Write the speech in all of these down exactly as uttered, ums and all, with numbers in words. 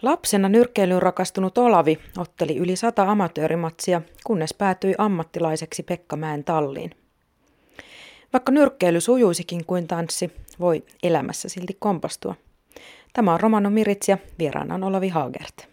Lapsena nyrkkeilyyn rakastunut Olavi otteli yli sata amatöörimatsia, kunnes päätyi ammattilaiseksi Pekka Mäen talliin. Vaikka nyrkkeily sujuisikin kuin tanssi, voi elämässä silti kompastua. Tämä on Romano Miritz ja vieraana on Olavi Haagert.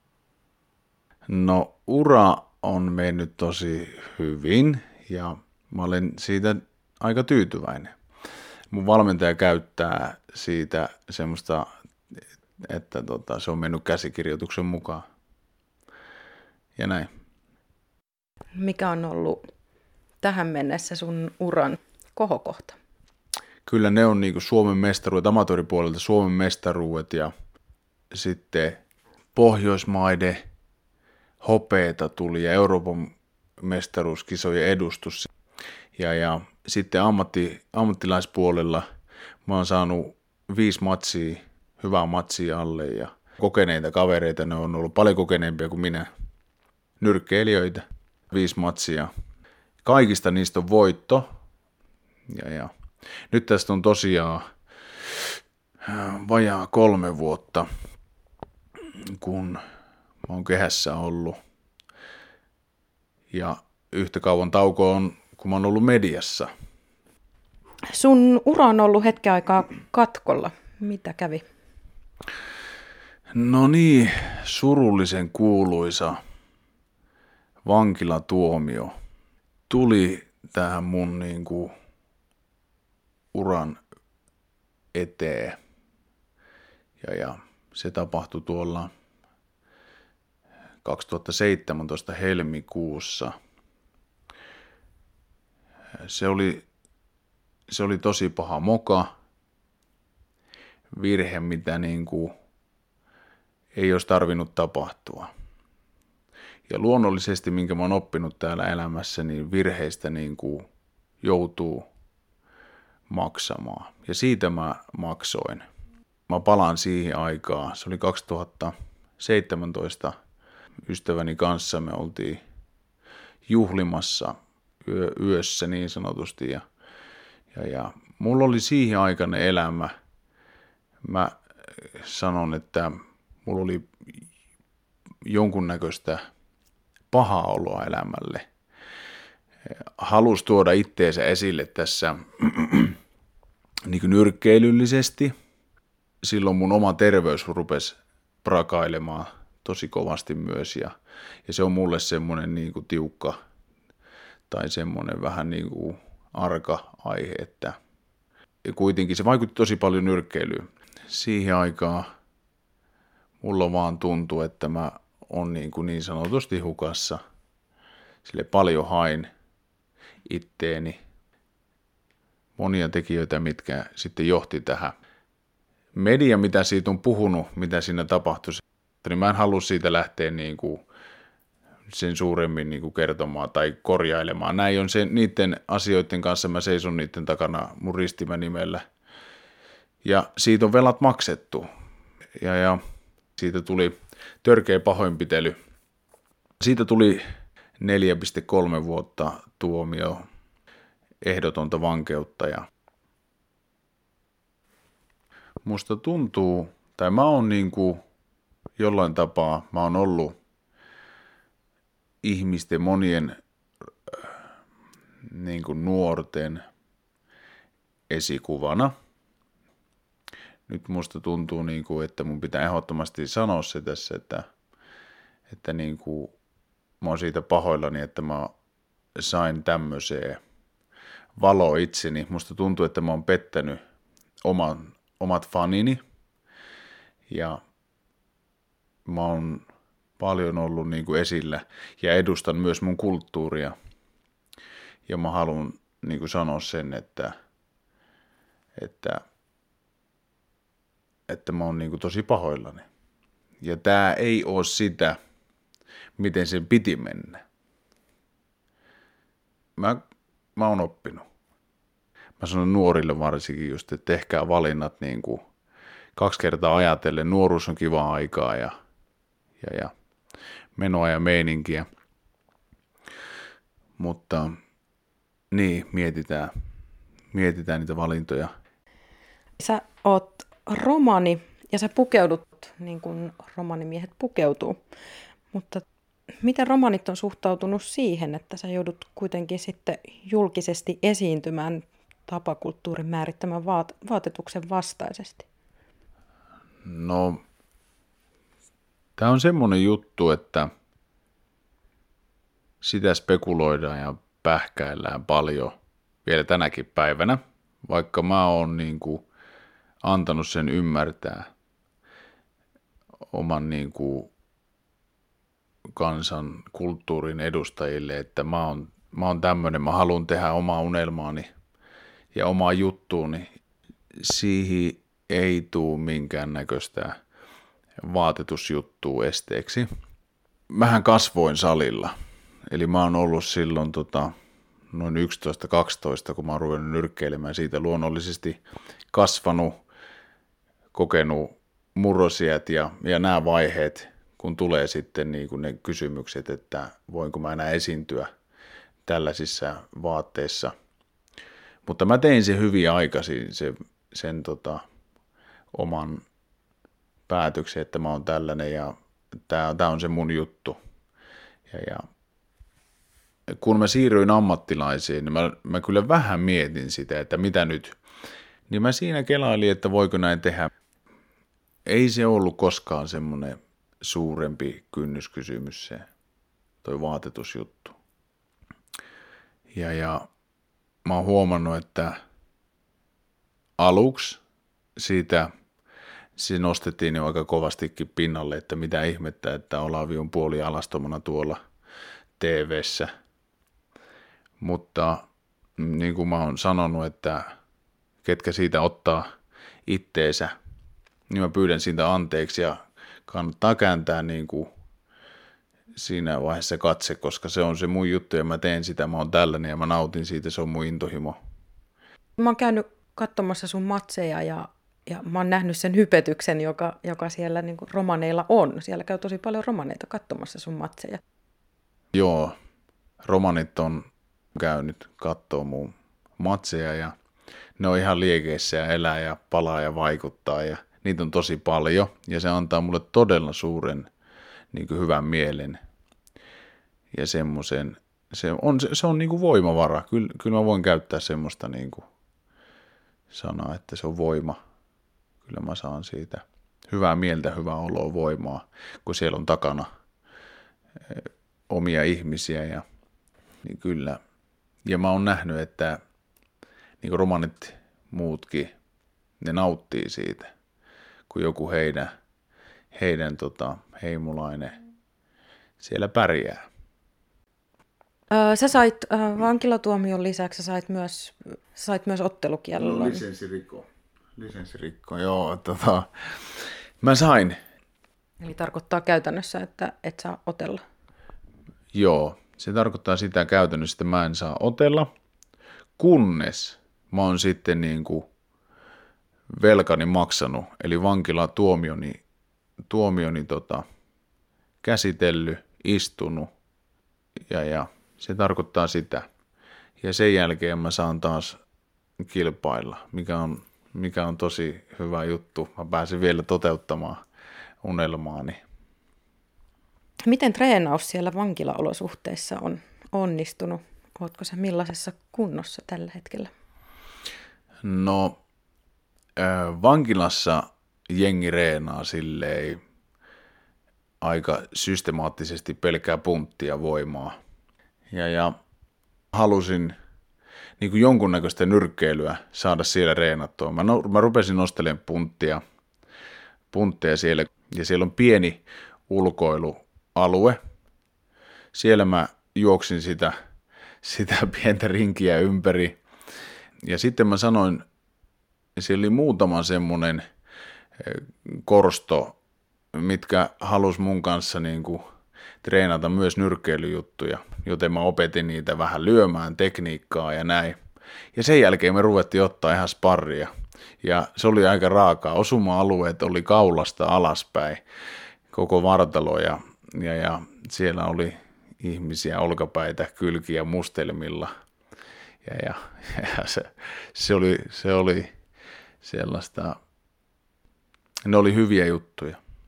No ura on mennyt tosi hyvin ja mä olen siitä aika tyytyväinen. Mun valmentaja käyttää siitä semmoista, että tota, se on mennyt käsikirjoituksen mukaan. Ja näin. Mikä on ollut tähän mennessä sun uran kohokohta? Kyllä ne on niinku Suomen mestaruudet, amatööripuolelta Suomen mestaruudet ja sitten Pohjoismaiden hopeeta tuli ja Euroopan mestaruuskisojen edustus. Ja, ja sitten ammatti, ammattilaispuolella mä oon saanut viisi matsia, hyvää matsia alle ja kokeneita kavereita, ne on ollut paljon kokeneempia kuin minä, nyrkkeilijöitä, viisi matsia. Kaikista niistä on voitto. Ja, ja. Nyt tästä on tosiaan vajaa kolme vuotta, kun mä oon kehässä ollut. Ja yhtä kauan tauko on, kun mä oon ollut mediassa. Sun ura on ollut hetken aikaa katkolla. Mitä kävi? No niin, surullisen kuuluisa vankilatuomio tuli tähän mun niinku uran eteen. Ja, ja se tapahtui tuolla kaksituhattaseitsemäntoista helmikuussa. Se oli, se oli tosi paha moka, virhe, mitä niin kuin ei olisi tarvinnut tapahtua. Ja luonnollisesti, minkä mä oon oppinut täällä elämässä, niin virheistä niin kuin joutuu maksamaan. Ja siitä mä maksoin. Mä palaan siihen aikaan. Se oli kaksituhattaseitsemäntoista. Ystäväni kanssa me oltiin juhlimassa yö, yössä niin sanotusti. Ja, ja, ja mulla oli siihen aikainen elämä. Mä sanon, että mulla oli jonkunnäköistä pahaa oloa elämälle. Halusi tuoda itteensä esille tässä niin kuin nyrkkeilyllisesti. Silloin mun oma terveys rupesi prakailemaan tosi kovasti myös. Ja, ja se on mulle semmoinen niin kuin tiukka tai semmoinen vähän niin kuin arka aihe, että ja kuitenkin se vaikutti tosi paljon nyrkkeilyyn. Siihen aikaan mulla vaan tuntui, että mä on niin, kuin niin sanotusti hukassa. Sille paljon hain itteeni. Monia tekijöitä, mitkä sitten johti tähän. Media, mitä siitä on puhunut, mitä siinä tapahtui, niin mä en halua siitä lähteä niin kuin sen suuremmin niin kuin kertomaan tai korjailemaan. Näin on se, niiden asioiden kanssa, mä seison niiden takana mun ristimänimellä. Ja siitä on velat maksettu. Ja, ja siitä tuli törkeä pahoinpitely. Siitä tuli neljä pilkku kolme vuotta tuomio, ehdotonta vankeutta. Ja musta tuntuu, tai mä oon niin kuin jollain tapaa, mä oon ollut ihmisten, monien niin kuin nuorten esikuvana. Nyt musta tuntuu, niin kuin, että mun pitää ehdottomasti sanoa se tässä, että, että niin kuin, mä oon siitä pahoillani, että mä sain tämmöiseen valo itseni. Musta tuntuu, että mä oon pettänyt oman, omat fanini ja mä oon paljon ollut niin kuin esillä ja edustan myös mun kulttuuria. Ja mä haluan niin kuin sanoa sen, että, että, että mä oon niin kuin tosi pahoillani. Ja tää ei oo sitä, miten sen piti mennä. Mä, mä oon oppinut. Mä sanon nuorille varsinkin just, että tehkää valinnat niin kuin kaksi kertaa ajatellen. Nuoruus on kivaa aikaa ja, ja, ja menoa ja meininkiä. Mutta niin, mietitään, mietitään niitä valintoja. Sä oot romani ja sä pukeudut muodot, niin kuin romanimiehet pukeutuu. Mutta miten romanit on suhtautunut siihen, että sä joudut kuitenkin sitten julkisesti esiintymään tapakulttuurin määrittämän vaat- vaatetuksen vastaisesti? No, tämä on semmoinen juttu, että sitä spekuloidaan ja pähkäillään paljon vielä tänäkin päivänä, vaikka mä oon niin kuin antanut sen ymmärtää oman niin kuin kansan kulttuurin edustajille, että mä oon, mä oon tämmöinen, mä haluan tehdä omaa unelmaani ja omaa juttuuni. Siihen ei tule minkäännäköistä vaatetusjuttua esteeksi. Mähän kasvoin salilla, eli mä oon ollut silloin tota, noin yksitoista kaksitoista, kun mä oon ruvennut nyrkkeilemään, siitä luonnollisesti kasvanut, kokenut murrosiät ja, ja nämä vaiheet, kun tulee sitten niin kuin ne kysymykset, että voinko mä enää esiintyä tällaisissa vaatteissa. Mutta mä tein se hyvin aikaisin, se, sen tota, oman päätöksen, että mä oon tällainen ja tää, tää on se mun juttu. Ja, ja kun mä siirryin ammattilaisiin, niin mä, mä kyllä vähän mietin sitä, että mitä nyt. Niin mä siinä kelailin, että voiko näin tehdä. Ei se ollut koskaan semmoinen suurempi kynnyskysymys se, toi vaatetusjuttu. Ja, ja mä oon huomannut, että aluksi siitä se nostettiin jo aika kovastikin pinnalle, että mitä ihmettä, että Olavi on puoli alastomana tuolla T V:ssä. Mutta niin kuin mä oon sanonut, että ketkä siitä ottaa itteensä, niin mä pyydän siitä anteeksi ja kannattaa kääntää niin kuin siinä vaiheessa katse, koska se on se mun juttu ja mä teen sitä, mä oon tällainen ja mä nautin siitä, se on mun intohimo. Mä oon käynyt katsomassa sun matseja ja, ja mä oon nähnyt sen hypetyksen, joka, joka siellä niin kuin romaneilla on. Siellä käy tosi paljon romaneita katsomassa sun matseja. Joo, romanit on käynyt kattoo mun matseja ja ne on ihan liekeissä ja elää ja palaa ja vaikuttaa ja niitä on tosi paljon ja se antaa mulle todella suuren niin kuin hyvän mielen ja semmoisen, se on, se on niin kuin voimavara. Kyllä, kyllä mä voin käyttää semmoista niin kuin sanaa, että se on voima. Kyllä mä saan siitä hyvää mieltä, hyvää oloa, voimaa, kun siellä on takana omia ihmisiä ja niin kyllä. Ja mä oon nähnyt, että niin kuin romanit muutkin, ne nauttii siitä, kun joku heidän, heidän tota, heimulainen siellä pärjää. Öö, sä sait äh, vankilatuomion lisäksi, sä sait myös, sä sait myös ottelukiellon. No, lisenssirikko. Lisenssirikko, joo. Tota, mä sain. Eli tarkoittaa käytännössä, että et saa otella. Joo, se tarkoittaa sitä käytännössä, että mä en saa otella, kunnes mä oon sitten niin kuin velkani maksanut, eli vankilatuomioni tuomioni, tota, käsitellyt, istunut, ja, ja se tarkoittaa sitä. Ja sen jälkeen mä saan taas kilpailla, mikä on, mikä on tosi hyvä juttu. Mä pääsen vielä toteuttamaan unelmaani. Miten treenaus siellä vankilaolosuhteissa on onnistunut? Ootko sä millaisessa kunnossa tällä hetkellä? No, äh, vankilassa jengi reenaa silleen aika systemaattisesti pelkää punttia voimaa. Ja, ja halusin niin kuin jonkunnäköistä nyrkkeilyä saada siellä reenattua. Mä, no, mä rupesin nostelemaan punttia, puntteja siellä, ja siellä on pieni ulkoilualue. Siellä mä juoksin sitä, sitä pientä rinkiä ympäri. Ja sitten mä sanoin, siellä oli muutama semmoinen korsto, mitkä halus mun kanssa niin kuin treenata myös nyrkkeilyjuttuja, joten mä opetin niitä vähän lyömään tekniikkaa ja näin. Ja sen jälkeen me ruvettiin ottaa ihan sparria. Ja se oli aika raakaa. Osuma-alueet oli kaulasta alaspäin, koko vartalo ja, ja, ja siellä oli ihmisiä olkapäitä, kylkiä mustelmilla. Ja, ja, ja se, se, oli, se oli sellaista, ne oli hyviä juttuja.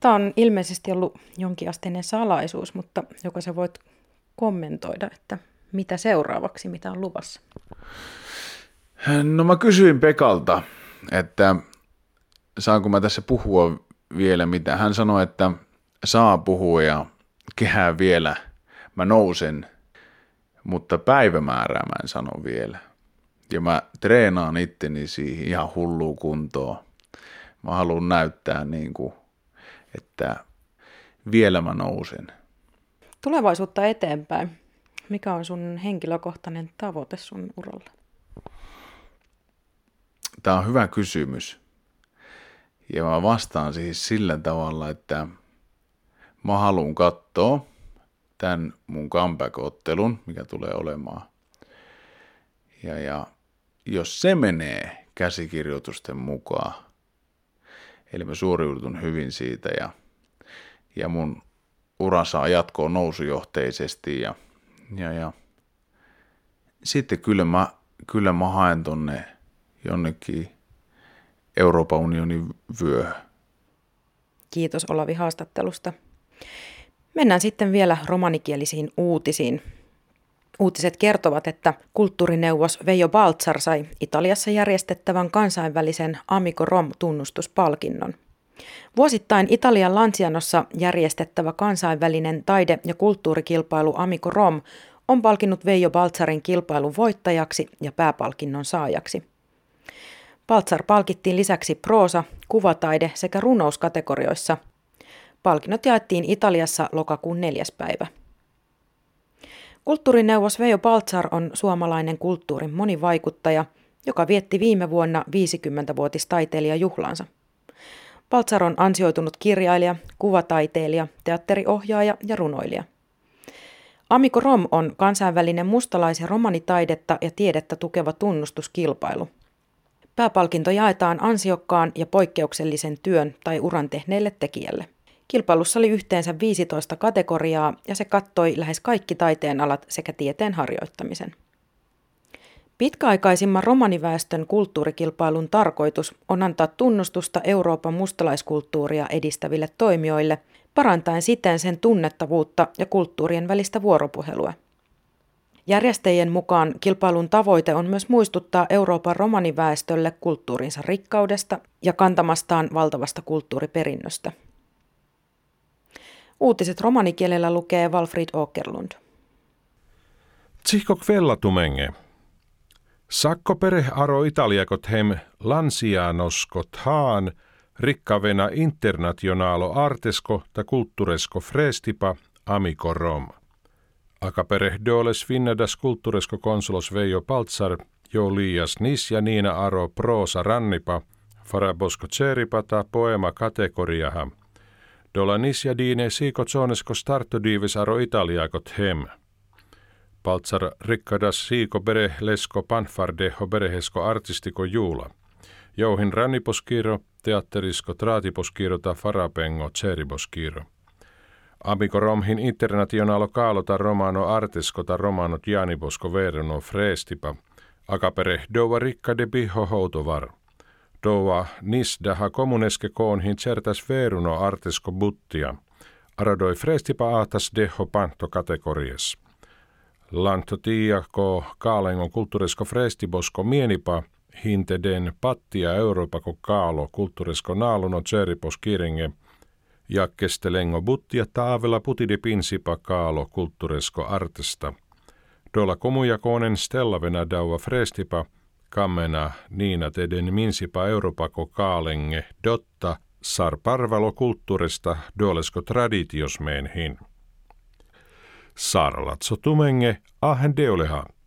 Tämä on ilmeisesti ollut jonkinasteinen salaisuus, mutta joko sä voit kommentoida, että mitä seuraavaksi, mitä on luvassa? No mä kysyin Pekalta, että saanko mä tässä puhua vielä mitä. Hän sanoi, että saa puhua ja kehää vielä. Mä nousen, mutta päivämäärää mä en sano vielä. Ja mä treenaan itteni siihen ihan hulluun kuntoon. Mä haluan näyttää niin kuin, että vielä mä nousen. Tulevaisuutta eteenpäin. Mikä on sun henkilökohtainen tavoite sun uralla? Tämä on hyvä kysymys. Ja mä vastaan siis sillä tavalla, että mä haluan katsoa tämän mun comeback-ottelun, mikä tulee olemaan. Ja, ja jos se menee käsikirjoitusten mukaan, eli mä suoriudun hyvin siitä ja, ja mun ura saa jatkoa nousujohteisesti ja, ja, ja sitten kyllä mä, kyllä mä haen tonne jonnekin Euroopan unionin vyöhön. Kiitos Olavi haastattelusta. Mennään sitten vielä romanikielisiin uutisiin. Uutiset kertovat, että kulttuurineuvos Veijo Baltzar sai Italiassa järjestettävän kansainvälisen Amico Rom-tunnustuspalkinnon. Vuosittain Italian Lancianossa järjestettävä kansainvälinen taide- ja kulttuurikilpailu Amico Rom on palkinnut Veijo Baltzarin kilpailun voittajaksi ja pääpalkinnon saajaksi. Baltzar palkittiin lisäksi proosa, kuvataide sekä runouskategorioissa. Palkinnot jaettiin Italiassa lokakuun neljäs päivä. Kulttuurineuvos Veijo Baltzar on suomalainen kulttuurin monivaikuttaja, joka vietti viime vuonna viisikymmenvuotistaiteilijajuhlansa. Baltzar on ansioitunut kirjailija, kuvataiteilija, teatteriohjaaja ja runoilija. Amico Rom on kansainvälinen mustalais- ja romanitaidetta ja tiedettä tukeva tunnustuskilpailu. Pääpalkinto jaetaan ansiokkaan ja poikkeuksellisen työn tai uran tehneelle tekijälle. Kilpailussa oli yhteensä viisitoista kategoriaa ja se kattoi lähes kaikki taiteenalat sekä tieteen harjoittamisen. Pitkäaikaisimman romaniväestön kulttuurikilpailun tarkoitus on antaa tunnustusta Euroopan mustalaiskulttuuria edistäville toimijoille, parantaen siten sen tunnettavuutta ja kulttuurien välistä vuoropuhelua. Järjestäjien mukaan kilpailun tavoite on myös muistuttaa Euroopan romaniväestölle kulttuurinsa rikkaudesta ja kantamastaan valtavasta kulttuuriperinnöstä. Uutiset romanikielellä lukee Walfrid Åkerlund. Tsihko kvellatumenge. Sakko perhe aro italiakot hem Lancianoskot haan rikkavena internationalo artesko ta kultturesko frestipa Amico Rom. Akapereh doles finnadas kultturesko konsulos Veijo Baltzar jo liias nis ja niina aro proosa rannipa farabosko tseripa ta poema kategoriaha. Dolanis ja diine siiko zonesko startodiivis aro italiakot hem. Baltzar rikkadas siiko bere lesko panfardeho berehesko artistiko juula. Jouhin ranniposkiro, teatterisko traatiposkiro ta farapengo tseriboskiro. Amico Romhin internationalo kaalota romano artesko ta romano janibosko veruno frestipa. Akapereh doua rikka de biho houtovar. Doua nisdaha kommuneske koonhin certas veruno artesko buttia. Aradoi frestipa ahtas deho panto kategorias. Lanto tiako kaalengon kulttuurisko frestibosko mienipa hinte den pattia Euroopako kaalo kulttuurisko naaluno tseripos kiringe ja kestelengo buttia taavella putidi pinsipa kaalo kulttuurisko artesta. Dola komujakoonen stellavena daua frestipa kammena niina teden minsipa Euroopako kaalenge dotta sar parvalo kulttuurista dolesko traditiosmeenhin. Saaralatso tumenge ahen deolehan.